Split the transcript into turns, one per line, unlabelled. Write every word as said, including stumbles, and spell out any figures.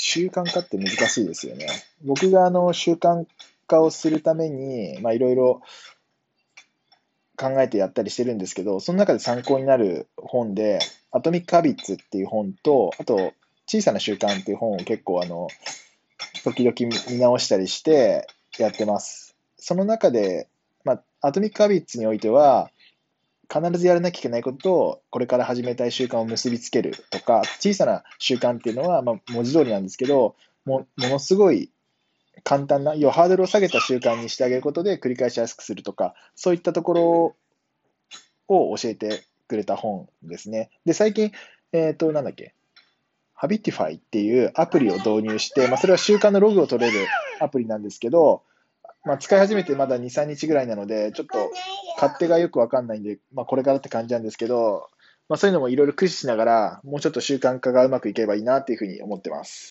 習慣化って難しいですよね。僕があの習慣化をするために、まあ、いろいろ考えてやったりしてるんですけど、その中で参考になる本で、アトミック・ハビッツっていう本と、あと、小さな習慣っていう本を結構あの、時々見直したりしてやってます。その中で、まあ、アトミック・ハビッツにおいては、必ずやらなきゃいけないことと、これから始めたい習慣を結びつけるとか、小さな習慣っていうのは、まあ、文字通りなんですけど、もものすごい簡単な、要はハードルを下げた習慣にしてあげることで繰り返しやすくするとか、そういったところを教えてくれた本ですね。で、最近、えっ、と、なんだっけ、ハビティファイっていうアプリを導入して、まあ、それは習慣のログを取れるアプリなんですけど、まあ、使い始めてまだに、さんにちぐらいなので、ちょっと勝手がよくわかんないんで、まあ、これからって感じなんですけど、まあ、そういうのもいろいろ駆使しながら、もうちょっと習慣化がうまくいけばいいなっていうふうに思ってます。